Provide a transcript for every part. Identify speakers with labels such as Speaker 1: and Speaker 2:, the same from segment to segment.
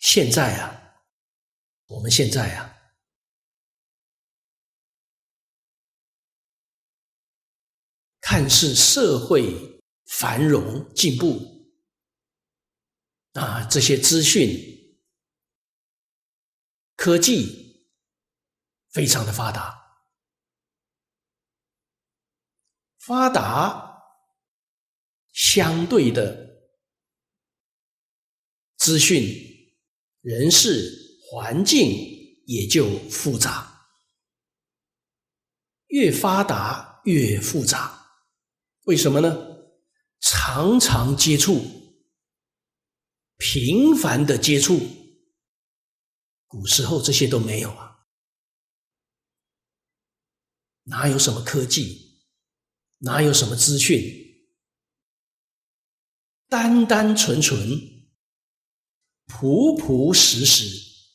Speaker 1: 现在啊，我们现在啊，看似社会繁荣进步啊，这些资讯科技非常的发达，相对的资讯、人事、环境也就复杂，越发达越复杂。为什么呢？常常接触，频繁的接触，古时候这些都没有啊，哪有什么科技，哪有什么资讯，单单纯纯，朴朴实实。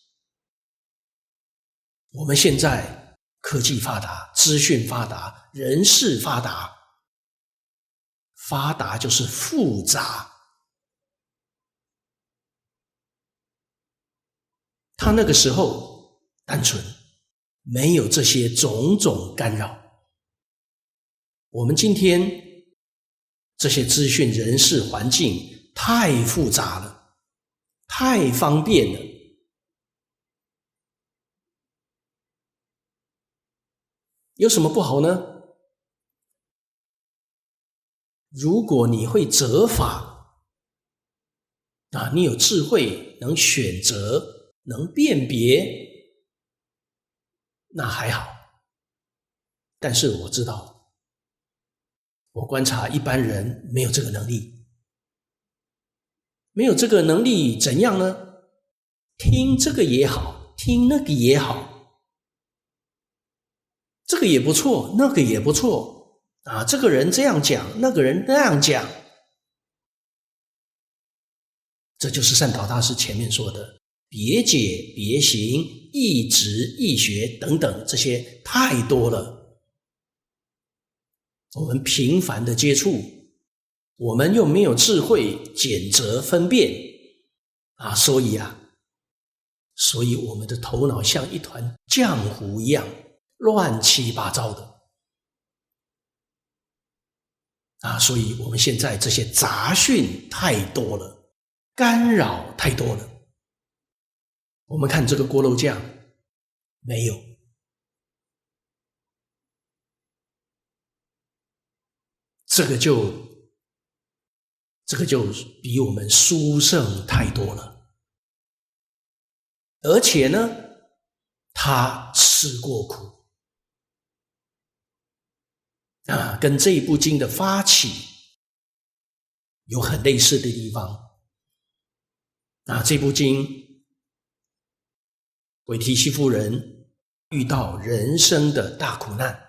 Speaker 1: 我们现在科技发达，资讯发达，人事发达，发达就是复杂。他那个时候单纯，没有这些种种干扰。我们今天这些资讯、人事、环境太复杂了，太方便了。有什么不好呢？如果你会择法啊，你有智慧，能选择，能辨别，那还好。但是我知道，我观察一般人没有这个能力，没有这个能力怎样呢？听这个也好，听那个也好，这个也不错，那个也不错啊，这个人这样讲，那个人那样讲。这就是善导大师前面说的别解、别行、异直、异学等等，这些太多了。我们频繁的接触，我们又没有智慧检责分辨啊，所以我们的头脑像一团浆糊一样，乱七八糟的啊，所以我们现在这些杂讯太多了。干扰太多了。我们看这个锅肉酱，没有。这个就比我们殊胜太多了。而且呢，他吃过苦啊，跟这一部经的发起有很类似的地方。啊，这部经，韦提希夫人遇到人生的大苦难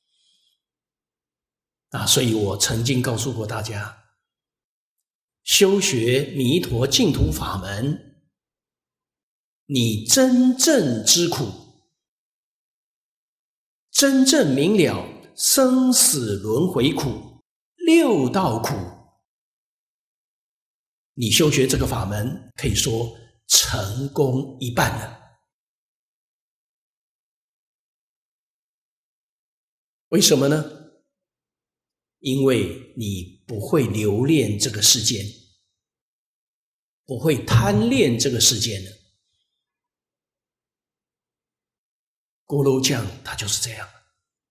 Speaker 1: 啊，所以我曾经告诉过大家，修学弥陀净土法门，你真正知苦，真正明了生死轮回苦、六道苦，你修学这个法门，可以说成功一半了。为什么呢？因为你不会留恋这个世间，不会贪恋这个世间了。锅肉酱他就是这样，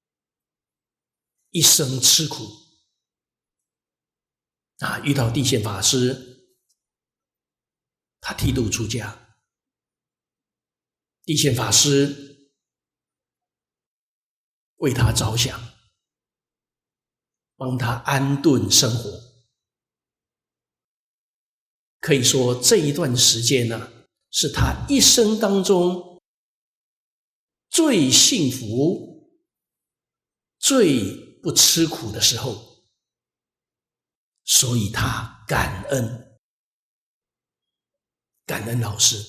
Speaker 1: 一生吃苦啊！遇到地宪法师，他剃度出家，地宪法师为他着想，帮他安顿生活。可以说这一段时间呢，是他一生当中最幸福、最不吃苦的时候，所以他感恩老师。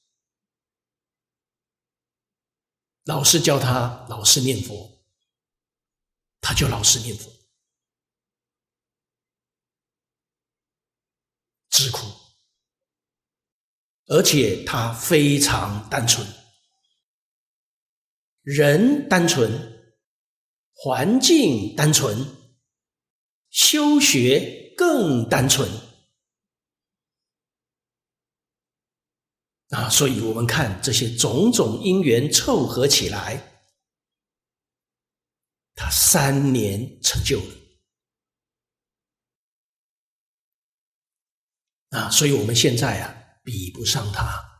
Speaker 1: 老师教他老实念佛，他就老实念佛，知苦。 而且他非常单纯，人单纯，环境单纯，修学更单纯所以我们看这些种种因缘凑合起来，他3年成就了所以我们现在比不上他。